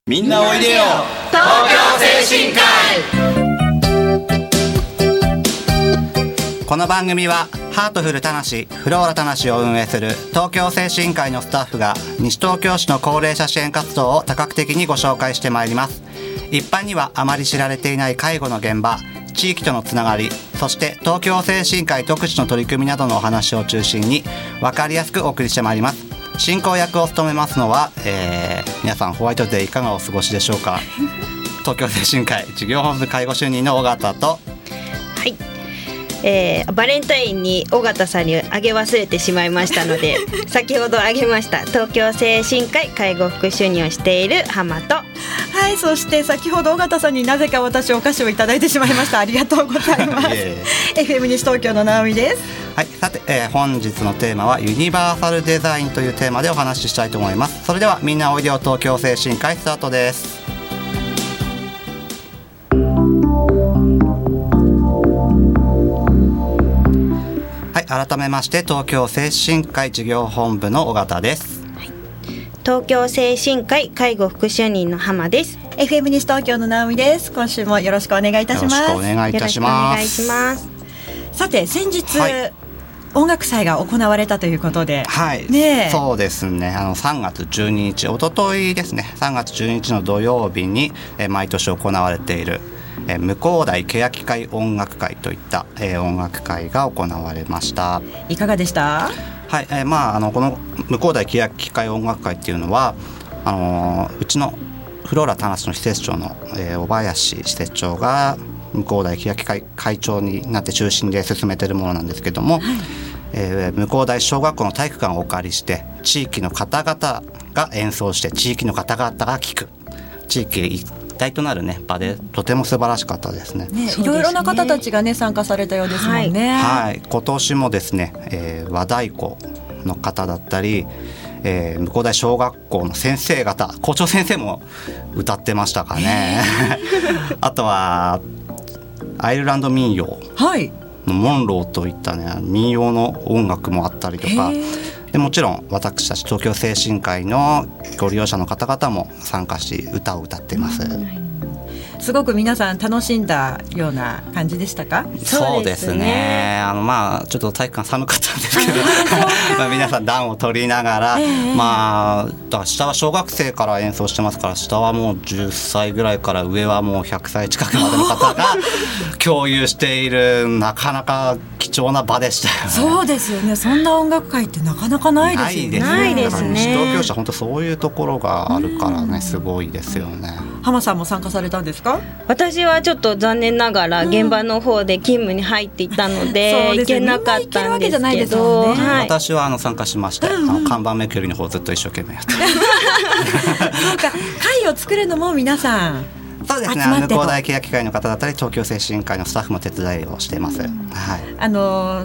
みんなおいでよ東京精神科。 この番組はハートフルたなしフローラたなしを運営する東京精神科医のスタッフが西東京市の高齢者支援活動を多角的にご紹介してまいります。一般にはあまり知られていない介護の現場、地域とのつながり、そして東京精神科医独自の取り組みなどのお話を中心に分かりやすくお送りしてまいります。進行役を務めますのは、皆さんホワイトデーいかがお過ごしでしょうか。東京精神科医事業本部介護主任の尾形と、 はい、バレンタインに尾形さんにあげ忘れてしまいましたので先ほどあげました東京精神科医介護副主任をしている浜と、 はい、そして先ほど尾形さんになぜか私お菓子をいただいてしまいました。ありがとうございますFM 西東京の直美です。 はい、さて、本日のテーマはユニバーサルデザインというテーマでお話ししたいと思います。それではみんなおいでよ東京精神科医スタートです。はい、改めまして東京精神科医事業本部の尾形です。 はい、東京精神科医介護副主任の浜です。 FM 西東京の直美です。今週もよろしくお願いいたします。 よろしくお願いいたします。 さて先日、 はい、 音楽祭が行われたということで、 はいね、そうですね、3月12日おとといですね、3月12日の土曜日に、毎年行われている向台欅会音楽会といった、音楽会が行われました。 いかがでした？ はい、この向台欅会音楽会っていうのはうちのフローラ田無の施設長の、小林施設長が向台欅会会長になって中心で進めているものなんですけども、向台小学校の体育館をお借りして地域の方々が演奏して地域の方々が聴く地域一体となる、ね、場でとても素晴らしかったですね。 いろいろな方たちが、ね、参加されたようですもんね。 はい、今年もですね、和太鼓の方だったり、向台小学校の先生方、校長先生も歌ってましたかねあとはアイルランド民謡、はい、モンローといった、ね、民謡の音楽もあったりとかで、もちろん私たち東京精神科医のご利用者の方々も参加し歌を歌っています。 すごく皆さん楽しんだような感じでしたか？ そうですね、ちょっと体育館寒かったんですけど皆さん暖を取りながら、だから下は小学生から演奏してますから、下はもう10歳ぐらいから上はもう100歳近くまでの方が共有しているなかなか貴重な場でしたよね。 そうですよね、そんな音楽会ってなかなかないですよね。 ないですね。 西東京市は本当そういうところがあるからね、すごいですよね。 浜さんも参加されたんですか？ 私はちょっと残念ながら現場の方で勤務に入っていたので、行けなかったんですけど、 私は参加しまして、看板めくりの方ずっと一生懸命やってそうか、会を作るのも皆さんそうですね、向台欅会の方だったり東京精神科医のスタッフも手伝いをしています。はい、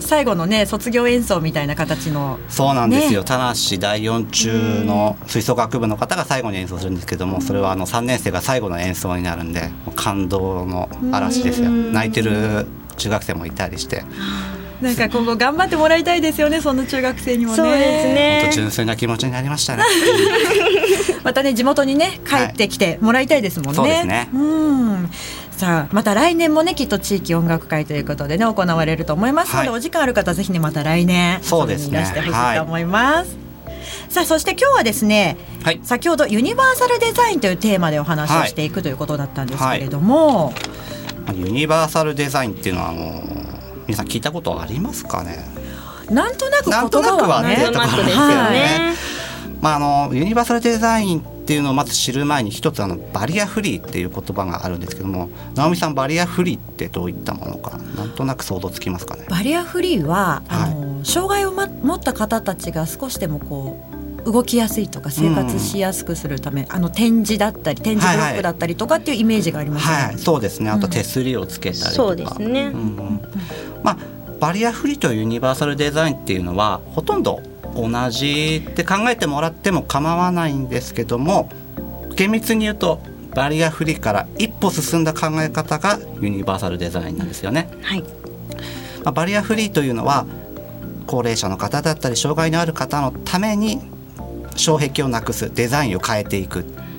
最後のね卒業演奏みたいな形の、 そうなんですよ、田無第4中の吹奏楽部の方が最後に演奏するんですけども、それは3年生が最後の演奏になるんで感動の嵐ですよ。泣いてる中学生もいたりして、 なんか今後頑張ってもらいたいですよね、その中学生にもね。 そうですね、 本当純粋な気持ちになりましたねまたね地元にね帰ってきてもらいたいですもんね。 そうですね。 さあまた来年もねきっと地域音楽会ということでね行われると思いますので、お時間ある方ぜひねまた来年遊びにいらしてほしいと思います。さあそして今日はですね、先ほどユニバーサルデザインというテーマでお話をしていくということだったんですけれども、 ユニバーサルデザインっていうのは皆さん聞いたことありますかね？ なんとなく言葉はね、 なんとなくですよね。 ユニバーサルデザインっていうのをまず知る前に一つバリアフリーっていう言葉があるんですけども、直美さんバリアフリーってどういったものかなんとなく想像つきますかね？ バリアフリーは障害を持った方たちが少しでもこう動きやすいとか生活しやすくするため、展示だったり展示ブロックだったりとかっていうイメージがありますね。 はい、そうですね。あと手すりをつけたりとか、 そうですね。 バリアフリーとユニバーサルデザインっていうのはほとんど同じって考えてもらっても構わないんですけども、厳密に言うとバリアフリーから一歩進んだ考え方がユニバーサルデザインなんですよね。 はい。 バリアフリーというのは高齢者の方だったり障害のある方のために障壁をなくすデザインを変えていく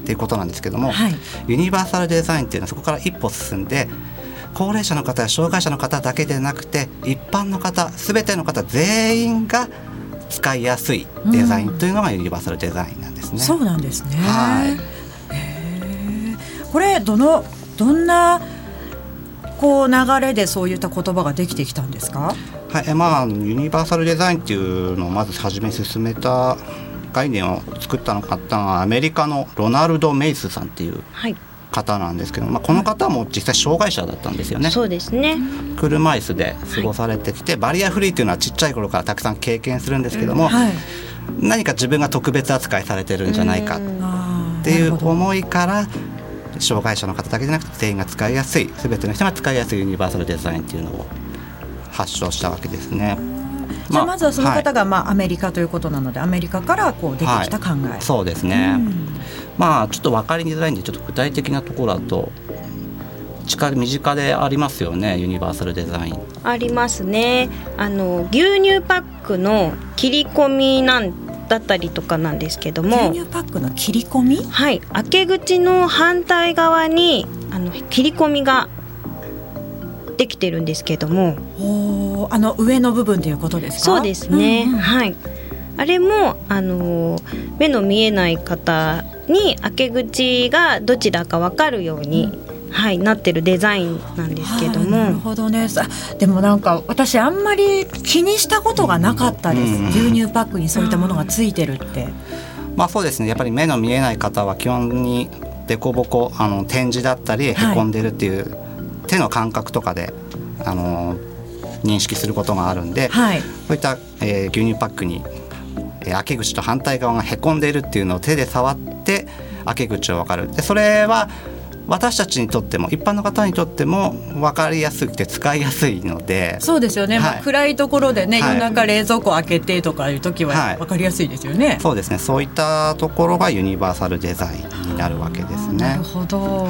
っていうことなんですけども、 はい、 ユニバーサルデザインっていうのはそこから一歩進んで、高齢者の方や障害者の方だけでなくて一般の方、全ての方全員が使いやすいデザインというのがユニバーサルデザインなんですね。 そうなんですね。 はい、 これどんなこう流れでそういった言葉ができてきたんですか？ はい、ユニバーサルデザインっていうのをまず初め進めた概念を作ったのはアメリカのロナルド・メイスさんっていう方なんですけど、この方も実際障害者だったんですよね。 そうですね。 車椅子で過ごされてきて、バリアフリーっていうのはちっちゃい頃からたくさん経験するんですけども、何か自分が特別扱いされてるんじゃないかっていう思いから、障害者の方だけじゃなくて全員が使いやすい、全ての人が使いやすいユニバーサルデザインっていうのを発祥したわけですね。 じゃあまずはその方がアメリカということなので、アメリカからこう出てきた考え、 そうですね。ちょっと分かりづらいんでちょっと具体的なところだと身近でありますよね、ユニバーサルデザイン。ありますね。牛乳パックの切り込みだったりとかなんですけども、 牛乳パックの切り込み、 はい、開け口の反対側に切り込みができてるんですけども、 上の部分ということですか？ そうですね、はい、あれも目の見えない方に開け口がどちらか分かるように、なってるデザインなんですけども。 なるほどね。でもなんか私あんまり気にしたことがなかったです、牛乳パックにそういったものがついてるって。 そうですね、やっぱり目の見えない方は基本にデコボコ点字だったりへこんでるっていう、手の感覚とかで認識することがあるんで、そういった、牛乳パックに開け口と反対側がへこんでいるっていうのを手で触って開け口を分かる。でそれは私たちにとっても一般の方にとっても分かりやすくて使いやすいので。 そうですよね、暗いところでね、夜中冷蔵庫開けてとかいう時は分かりやすいですよね。 そうですね、そういったところがユニバーサルデザインになるわけですね。 なるほど、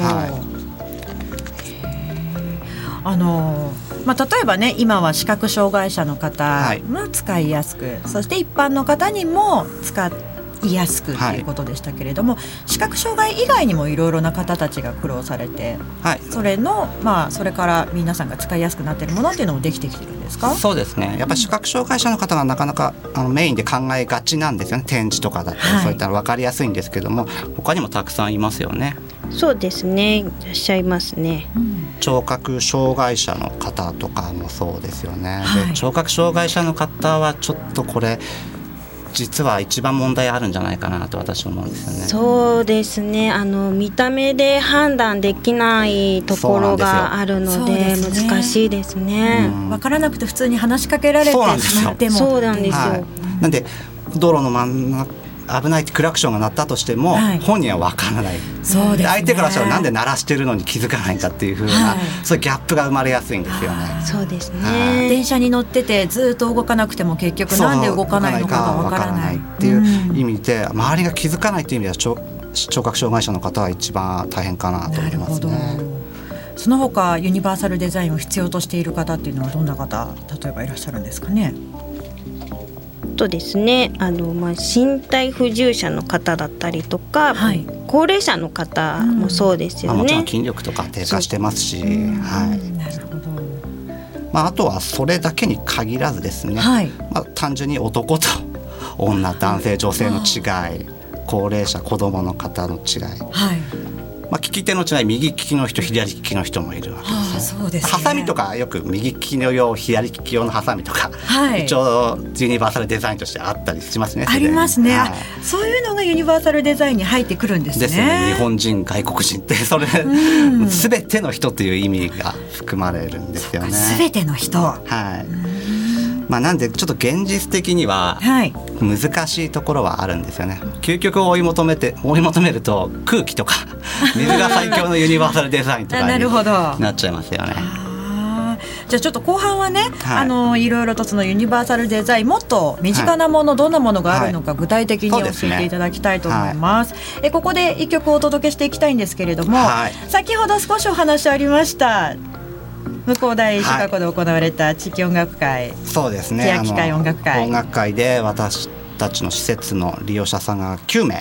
例えばね、今は視覚障害者の方も使いやすく、そして一般の方にも使いやすくということでしたけれども、視覚障害以外にもいろいろな方たちが苦労されて、それから皆さんが使いやすくなっているものっていうのもできてきてるんですか？ そうですね、やっぱり視覚障害者の方がなかなかメインで考えがちなんですよね。点字とかだったり、そういったの分かりやすいんですけども、他にもたくさんいますよね。 そうですね、いらっしゃいますね。 聴覚障害者の方とかもそうですよね。で聴覚障害者の方はちょっとこれ実は一番問題あるんじゃないかなと私は思うんですよね。 そうですね、見た目で判断できないところがあるので難しいですね。 分からなくて普通に話しかけられてしまっても。 そうなんですよ、 なんで道路の真ん中危ないってクラクションが鳴ったとしても、本人は分からない。 そうですね、 相手からしたらなんで鳴らしてるのに気づかないんだっていう風な、そういうギャップが生まれやすいんですよね。 そうですね、 電車に乗っててずっと動かなくても結局なんで動かないのかが分からないっていう意味で、周りが気づかないという意味では聴覚障害者の方は一番大変かなと思いますね。 その他ユニバーサルデザインを必要としている方っていうのはどんな方、例えばいらっしゃるんですかね？ とですね、身体不自由者の方だったりとか、高齢者の方もそうですよね。 もちろん筋力とか低下してますし、なるほど。あとはそれだけに限らずですね、単純に男と女、男性女性の違い、高齢者子供の方の違い、利き手の違い、右利きの人左利きの人もいるわけですね。ハサミとかよく右利きの用左利き用のハサミとか、一応ユニバーサルデザインとしてあったりしますね。 ありますね、そういうのがユニバーサルデザインに入ってくるんですね。 ですね、日本人外国人ってそれ全ての人という意味が含まれるんですよね。 全ての人、 なんでちょっと現実的には難しいところはあるんですよね。究極を追い求めると空気とか水が最強のユニバーサルデザインとかになっちゃいますよね。 じゃあちょっと後半はね、いろいろとそのユニバーサルデザイン、もっと身近なもの、どんなものがあるのか具体的に教えていただきたいと思います。ここで一曲お届けしていきたいんですけれども、先ほど少しお話ありました向こう大シカゴで行われた地域音楽会、 そうですね、 欅会音楽会で私たちの施設の利用者さんが9名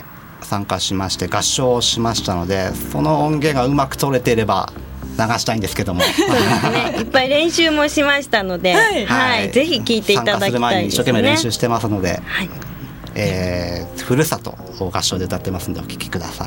参加しまして合唱をしましたので、その音源がうまく取れていれば流したいんですけどもそうですね、いっぱい練習もしましたので、ぜひ聴いていただきたいですね。 参加する前に一生懸命練習してますので、 はい、 ふるさとを合唱で歌ってますのでお聴きください。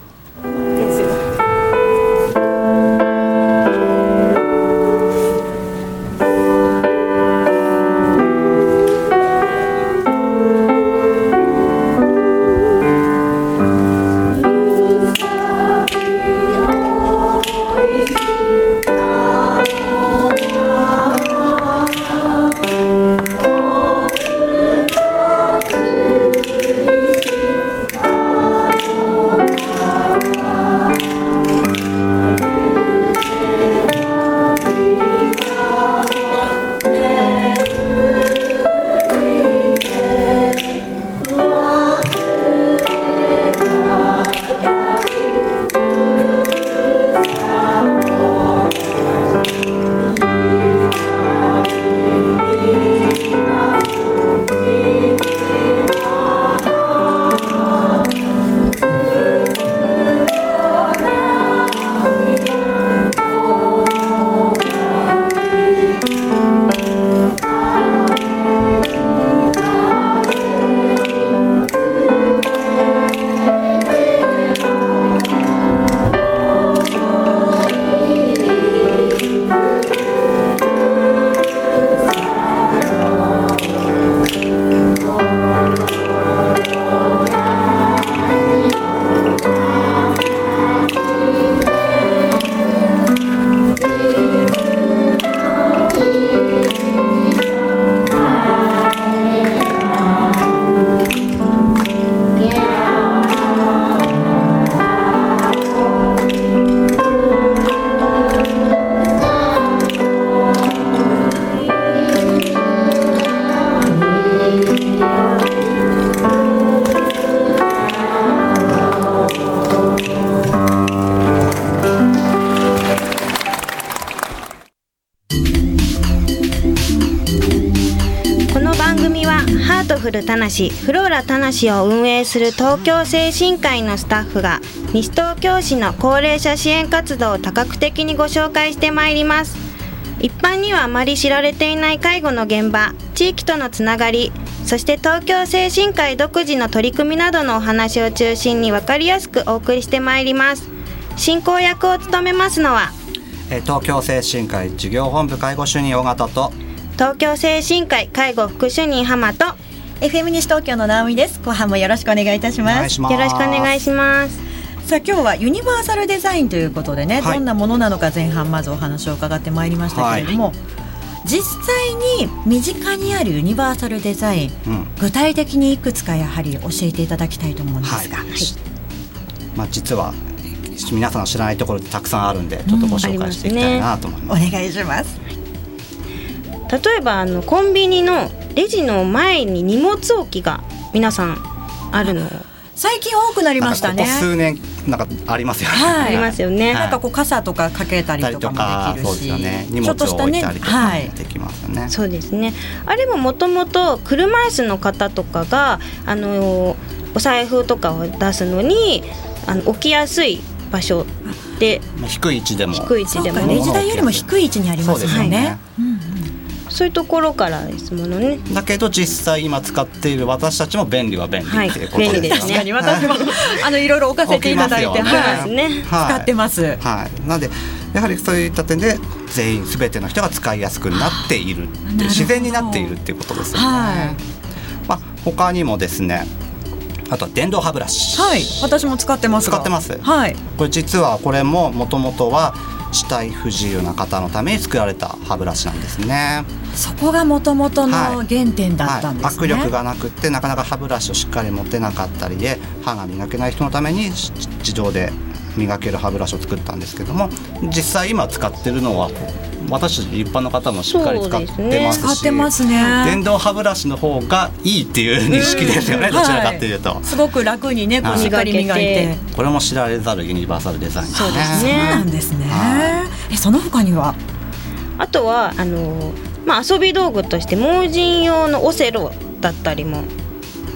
フルたなしフローラたなしを運営する東京精神科医のスタッフが西東京市の高齢者支援活動を多角的にご紹介してまいります。一般にはあまり知られていない介護の現場、地域とのつながり、そして東京精神科医独自の取り組みなどのお話を中心に分かりやすくお送りしてまいります。進行役を務めますのは東京精神科医事業本部介護主任尾形と東京精神科医介護副主任浜と FM 西東京の直美です。後半もよろしくお願いいたします。 よろしくお願いします。 さあ今日はユニバーサルデザインということでね、 はい、 どんなものなのか前半まずお話を伺ってまいりましたけれども、はい、実際に身近にあるユニバーサルデザイン、具体的にいくつかやはり教えていただきたいと思うんですが、 実は皆さんの知らないところってたくさんあるんで、ちょっとご紹介していきたいなと思います。 お願いします。 例えばコンビニのレジの前に荷物置きが皆さんあるの最近多くなりましたね。 ここ数年なんかありますよね、 ありますよね、 なんかこう傘とかかけたりとかもできるし、 そうですよね、荷物を置いたりとかできますよね、 そうですね。あれももともと車椅子の方とかがお財布とかを出すのに置きやすい場所で、 低い位置でもレジ台よりも低い位置にありますよね。 そういうところからですものね。 だけど実際今使っている私たちも便利は便利っていうことですね。 便利ですね。 私もいろいろ置かせていただいて、使ってます。 なのでやはりそういった点で全員全ての人が使いやすくなっている、自然になっているっていうことですよね。他にもですね、あとは電動歯ブラシ、 私も使ってます。 使ってます、これ実はこれももともとは視帯不自由な方のために作られた歯ブラシなんですね。 そこがもともとの原点だったんですね。 握力がなくってなかなか歯ブラシをしっかり持てなかったりで歯が磨けない人のために自動で磨ける歯ブラシを作ったんですけども、実際今使ってるのは私たち一般の方もしっかり使ってますし、 使ってますね。 電動歯ブラシの方がいいっていう認識ですよね、どちらかっていうと、 すごく楽にね、しっかり磨いて、 これも知られざるユニバーサルデザインですね。 そうですね。 そうなんですね。その他にはあとは遊び道具として盲人用のオセロだったりも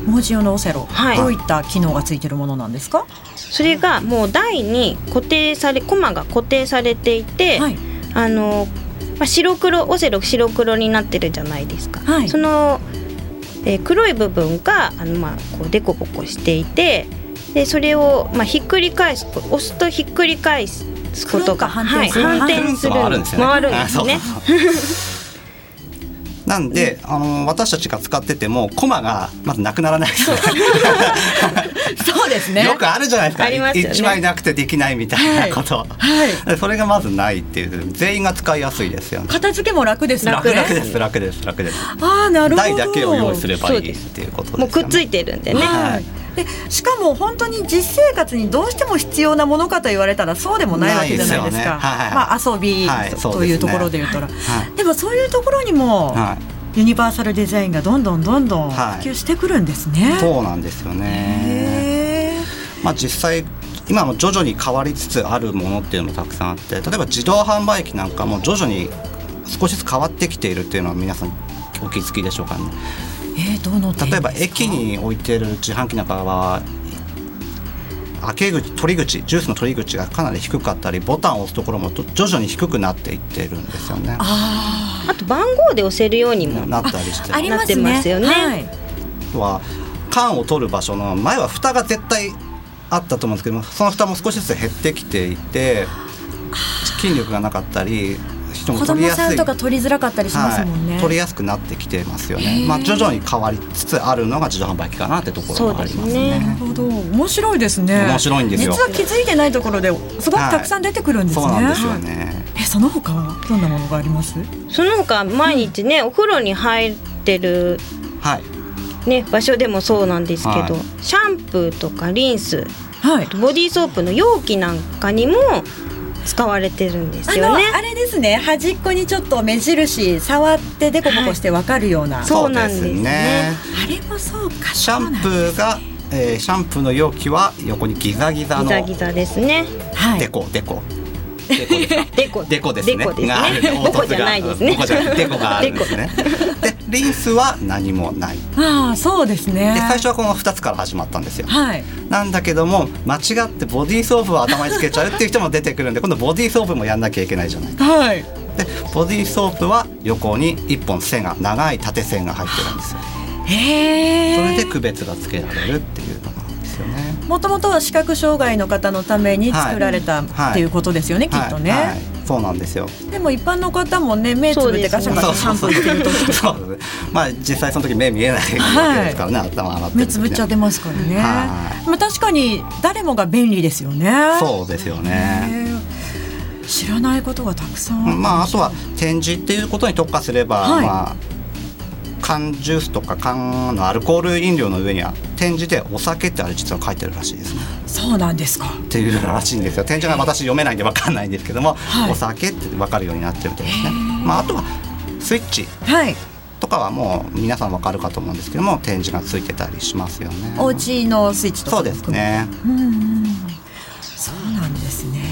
文字用のオセロ、 はい、 どういった機能がついているものなんですか？ それがもう台にコマが固定されていて、はい、白黒オセロ白黒になってるじゃないですか、はい、その、黒い部分がこうデコボコしていて、でそれをひっくり返す、押すとひっくり返すことが反転する、回るんですね。 なんで、私たちが使っててもコマがまずなくならないですよね。 そうですね。 よくあるじゃないですか。 ありますよね。 1枚なくてできないみたいなこと、はいはい、それがまずないっていう、全員が使いやすいですよね。 片付けも楽ですね。 楽です。 あ、なるほど。 台だけを用意すればいいっていうことですよね。 もうくっついてるんでね、 はい、でしかも本当に実生活にどうしても必要なものかと言われたらそうでもないわけじゃないですか。遊び、というところで言うと、でもそういうところにも、ユニバーサルデザインがどんどん普及してくるんですね。 そうなんですよね。実際今も徐々に変わりつつあるものっていうのもたくさんあって、例えば自動販売機なんかも徐々に少しずつ変わってきているっていうのは皆さんお気づきでしょうかね。 どの点ですか？ 例えば駅に置いてる自販機なんかは取り口、ジュースの取り口がかなり低かったり、ボタンを押すところも徐々に低くなっていってるんですよね。 あと番号で押せるようにもなったりしてなってますよね。 あとは缶を取る場所の前は蓋が絶対あったと思うんですけど、その蓋も少しずつ減ってきていて、筋力がなかったり人も取りやすい、 子供さんとか取りづらかったりしますもんね。 取りやすくなってきてますよね。徐々に変わりつつあるのが自動販売機かなってところもありますね。 なるほど、面白いですね。 面白いんですよ。 実は気づいてないところですごくたくさん出てくるんですね。 そうなんですよね。 その他はどんなものがあります？ その他毎日ね、お風呂に入ってる、場所でもそうなんですけど、シャンプーとかリンス、ボディーソープの容器なんかにも使われてるんですよね。 あれですね、端っこにちょっと目印触ってデコボコして分かるような、 そうなんですね。 あれもそうか。 シャンプーが、シャンプーの容器は横にギザギザのギザですね。 デコですね。 デコじゃないですね。 デコがあるんですね。でリンスは何もない。 そうですね。 で最初はこの2つから始まったんですよ。なんだけども間違ってボディーソープを頭につけちゃうっていう人も出てくるんで、今度ボディーソープもやんなきゃいけないじゃないか。でボディーソープは横に1本長い縦線が入ってるんですよ。それで区別がつけられるっていうのなんですよね。 もともとは視覚障害の方のために作られたっていうことですよね、きっとね。 そうなんですよ。 でも一般の方もね、目つぶってガシャガシャシャンプーしてる時とか、 実際その時目見えないわけですからね、頭洗ってる時ね。 目つぶっちゃってますからね。確かに誰もが便利ですよね。 そうですよね。 知らないことがたくさんあとは展示っていうことに特化すれば、缶ジュースとか缶のアルコール飲料の上には展示でお酒ってあれ実は書いてるらしいですね。 そうなんですか。 っていうらしいんですよ。展示が私読めないんで分かんないんですけども、お酒って分かるようになってるみたいですね。あとはスイッチとかはもう皆さん分かるかと思うんですけども、展示がついてたりしますよね。 お家のスイッチとか。 そうですね。 そうなんですね。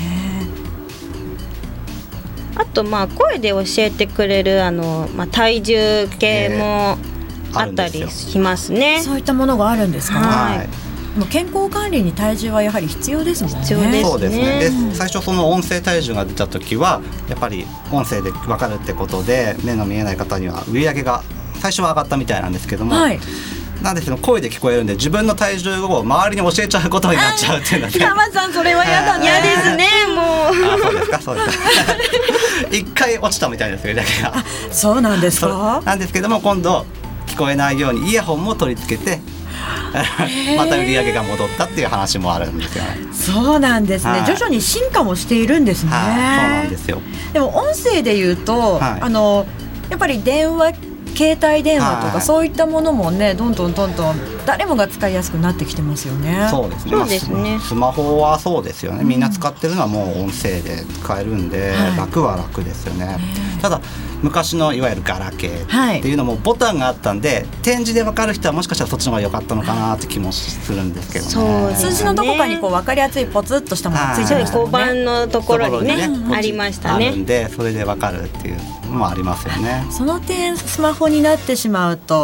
あと声で教えてくれる体重計もあったりしますね。 そういったものがあるんですか。健康管理に体重はやはり必要ですもんね。 必要ですね。 そうですね。で最初その音声体重が出た時はやっぱり音声で分かるってことで、目の見えない方には売り上げが最初は上がったみたいなんですけども、なんですけど声で聞こえるんで自分の体重を周りに教えちゃうことになっちゃうっていうので、 山さんそれは嫌だね。 嫌ですね。もうそうですか。そうですか。一回落ちたみたいですよ、だけが。 そうなんですか。 なんですけども、今度聞こえないようにイヤホンも取り付けてまた売り上げが戻ったっていう話もあるんですよね。 そうなんですね。徐々に進化もしているんですね。そうなんですよ。 でも音声で言うと、やっぱり携帯電話とかそういったものもね、どんどん誰もが使いやすくなってきてますよね。 そうですね。スマホはそうですよね。みんな使ってるのはもう音声で使えるんで、楽は楽ですよね。ただ昔のいわゆるガラケーっていうのもボタンがあったんで、展示で分かる人はもしかしたらそっちの方が良かったのかなって気もするんですけどね。 そう数字のどこかに分かりやすいポツッとしたものがついてましたもんね。 交番のところにねありましたね。 あるんで、それで分かるっていうのもありますよね。 その点スマホになってしまうと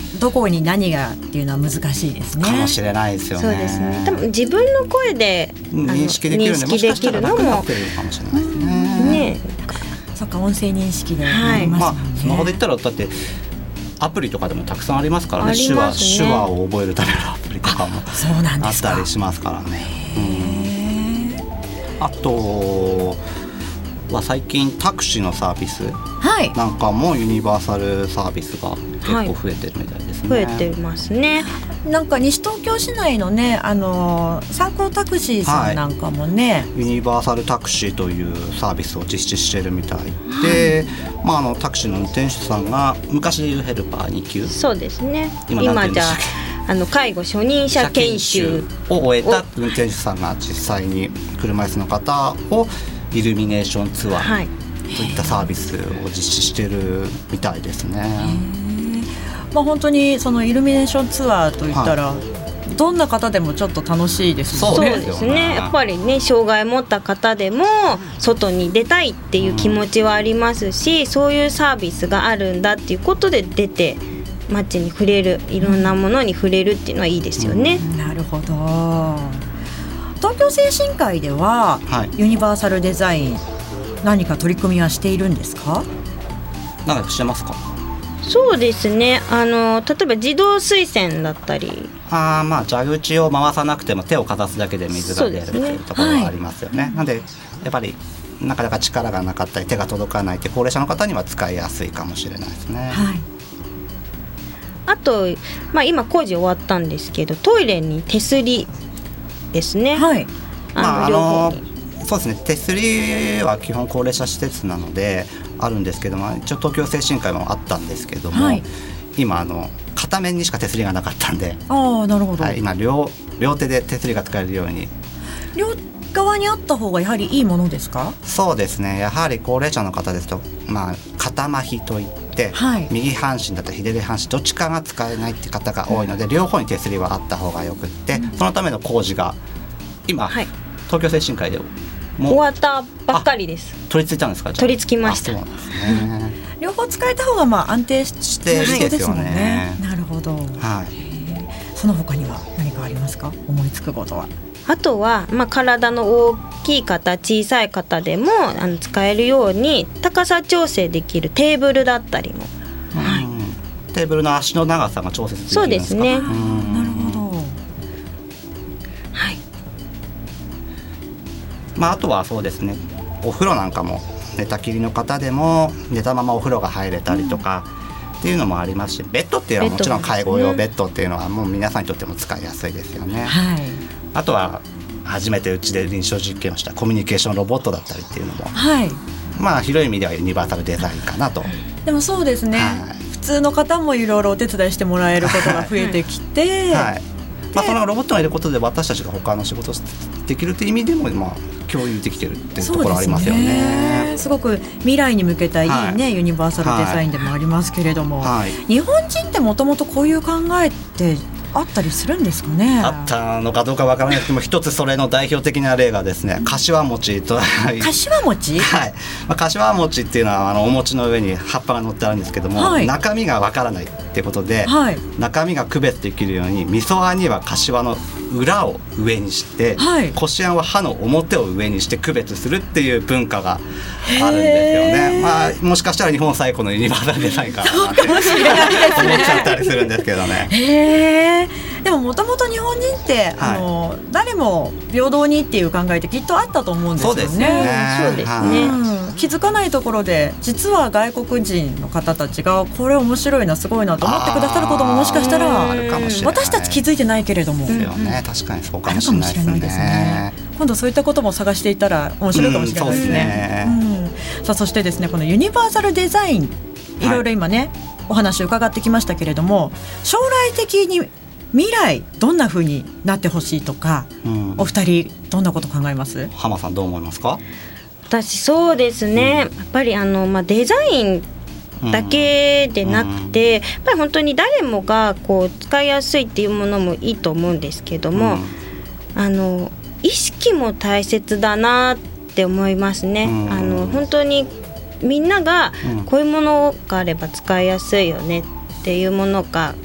どこに何がっていうのは難しいですね。 かもしれないですよね。 そうですね。多分自分の声で認識できるので、もしかしたらなくなってるかもしれないですね。 そっか、音声認識でありますもんね。 スマホで言ったらだってアプリとかでもたくさんありますからね。手話を覚えるためのアプリとかもあったりしますからね。あとは最近タクシーのサービスなんかもユニバーサルサービスが結構増えてるみたいですね。 増えてますね。 なんか西東京市内のね、サンコータクシーさんなんかもね、 ユニバーサルタクシーというサービスを実施しているみたいで、タクシーの運転手さんが昔でいうヘルパー2級、 そうですね。今じゃ介護初任者研修を終えた運転手さんが実際に車椅子の方をイルミネーションツアーといったサービスを実施しているみたいですね。 本当にそのイルミネーションツアーといったら、どんな方でもちょっと楽しいですね。そうですね。やっぱりね、障害を持った方でも外に出たいっていう気持ちはありますし、そういうサービスがあるんだっていうことで出て街に触れる、いろんなものに触れるっていうのはいいですよね。 なるほど。東京精神科医では、ユニバーサルデザイン何か取り組みはしているんですか？ 何かしてますか？ そうですね。例えば自動水栓だったり、 蛇口を回さなくても手をかざすだけで水が出るというところがありますよね。なのでやっぱりなかなか力がなかったり手が届かないって高齢者の方には使いやすいかもしれないですね。 あと、今工事終わったんですけど、トイレに手すりですね。両方にそうですね。手すりは基本高齢者施設なのであるんですけども、一応東京精神科医もあったんですけども、今片面にしか手すりがなかったんで、 なるほど。 今両手で手すりが使えるように。 両側にあった方がやはりいいものですか？ そうですね。やはり高齢者の方ですと、片麻痺といって、右半身だったり左半身どっちかが使えないって方が多いので、両方に手すりはあった方がよくって、そのための工事が今、東京精神科医で終わったばっかりです。 取り付いたんですか？ 取り付きました。 そうなんですね。 両方使えた方が安定していいですよね。なるほど。その他には何かありますか？思いつくことは。 あとは、体の大きい方小さい方でも使えるように高さ調整できるテーブルだったりも、 テーブルの足の長さが調節できるんですか？ そうですね。 なるほど。 あとはそうですね、お風呂なんかも寝たきりの方でも寝たままお風呂が入れたりとかっていうのもありますし、ベッドっていうのはもちろん介護用ベッドっていうのはもう皆さんにとっても使いやすいですよね。あとは初めてうちで臨床実験をしたコミュニケーションロボットだったりっていうのも、広い意味ではユニバーサルデザインかなと。 でもそうですね、普通の方もいろいろお手伝いしてもらえることが増えてきて、 そのロボットがいることで私たちが他の仕事をできるという意味でも共有できてるっていうところありますよね。 すごく未来に向けたいいね、ユニバーサルデザインでもありますけれども、日本人ってもともとこういう考えってあったりするんですかね？ あったのかどうかわからないけども、一つそれの代表的な例がですね、柏餅と柏餅、 柏餅っていうのはお餅の上に葉っぱが乗ってあるんですけども、中身がわからないってことで、中身が区別できるように味噌あんには柏の裏を上にして、こしあんは葉の表を上にして区別するっていう文化があるんですよね。もしかしたら日本最古のユニバーサルデザインかなって思っちゃったりするんですけどね。 でももともと日本人って、誰も平等にっていう考えってきっとあったと思うんですよね。 そうですね。 気づかないところで実は外国人の方たちがこれ面白いなすごいなと思ってくださることももしかしたら私たち気づいてないけれども、 確かにそうかもしれないですね。 今度そういったことも探していったら面白いかもしれないですね。さあそしてですね、このユニバーサルデザインいろいろ今ね、お話を伺ってきましたけれども、将来的に未来どんな風になってほしいとか、お二人どんなこと考えます？ 浜さんどう思いますか？ 私そうですね、やっぱりデザインだけでなくて、やっぱり本当に誰もが使いやすいっていうものもいいと思うんですけども、意識も大切だなって思いますね。本当にみんながこういうものがあれば使いやすいよねっていうものが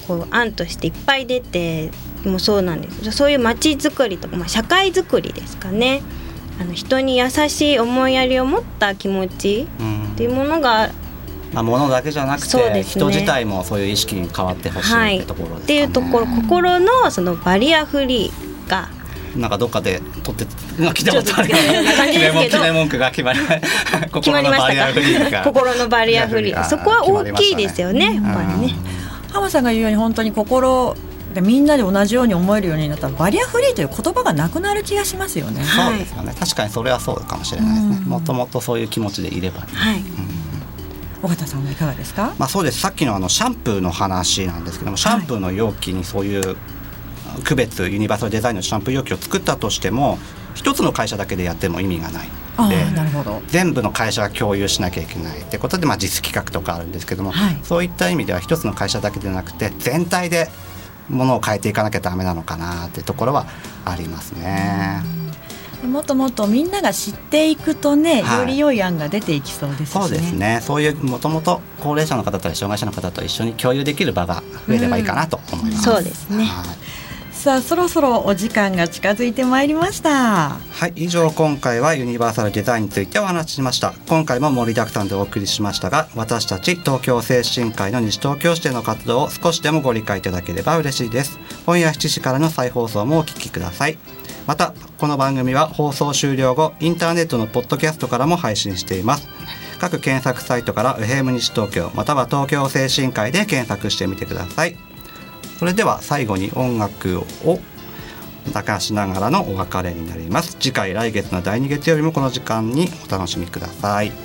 こう案としていっぱい出てもそうなんです。そういう街づくりとか、社会づくりですかね。人に優しい思いやりを持った気持ちっていうものが、 物だけじゃなくて、ね、人自体もそういう意識に変わってほしいってところですかね。 っていうところ、心のそのバリアフリーがなんかどっかで撮って聞いたことある決め文句が決まりましたか。 心のバリアフリー、そこは大きいですよね、やっぱりね。 浜さんが言うように本当に心でみんなで同じように思えるようになったらバリアフリーという言葉がなくなる気がしますよね。 そうですよね、確かにそれはそうかもしれないですね。もともとそういう気持ちでいれば、ね。 尾形さんはいかがですか。 そうです。さっきのシャンプーの話なんですけども、シャンプーの容器にそういう区別、ユニバーサルデザインのシャンプー容器を作ったとしても一つの会社だけでやっても意味がないので、 なるほど、 全部の会社が共有しなきゃいけないってことで、実企画とかあるんですけども、そういった意味では一つの会社だけでなくて全体でものを変えていかなきゃダメなのかなっていうところはありますね。 もっともっとみんなが知っていくとね、より良い案が出ていきそうですしね。 そうですね。そういうもともと高齢者の方と障害者の方と一緒に共有できる場が増えればいいかなと思います。 そうですね。 さあそろそろお時間が近づいてまいりました。 はい、以上今回はユニバーサルデザインについてお話ししました。今回も盛りだくさんでお送りしましたが、私たち東京精神科医の西東京支店の活動を少しでもご理解いただければ嬉しいです。今夜7時からの再放送もお聞きください。またこの番組は放送終了後インターネットのポッドキャストからも配信しています。各検索サイトから FM 西東京または東京精神科医で検索してみてください。それでは最後に音楽を流しながらのお別れになります。次回来月の第2月曜日もこの時間にお楽しみください。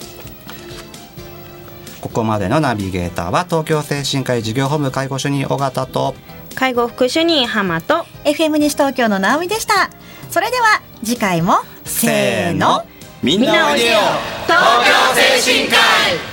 ここまでのナビゲーターは東京精神科医事業本部介護主任尾形と介護副主任浜と FM 西東京の直美でした。それでは次回もせーの、 みんなおいでよ東京精神科医。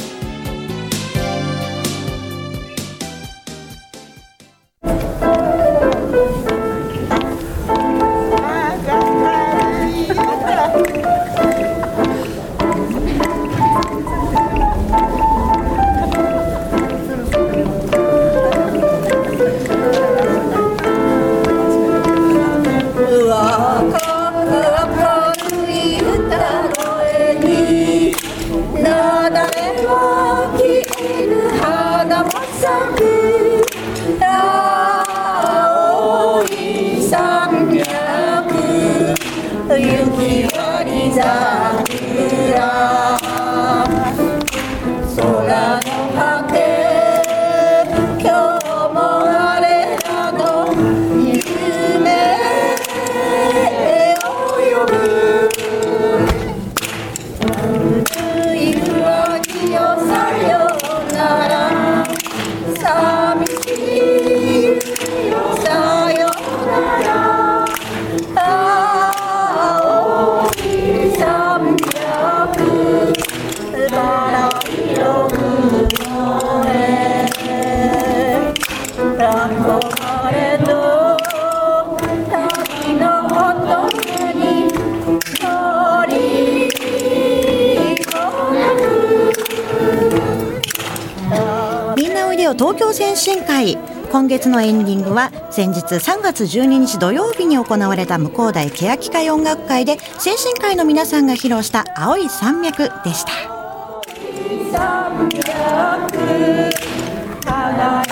東京精神科医。今月のエンディングは先日3月12日土曜日に行われた向台欅会音楽会で精神科医の皆さんが披露した青い山脈でした。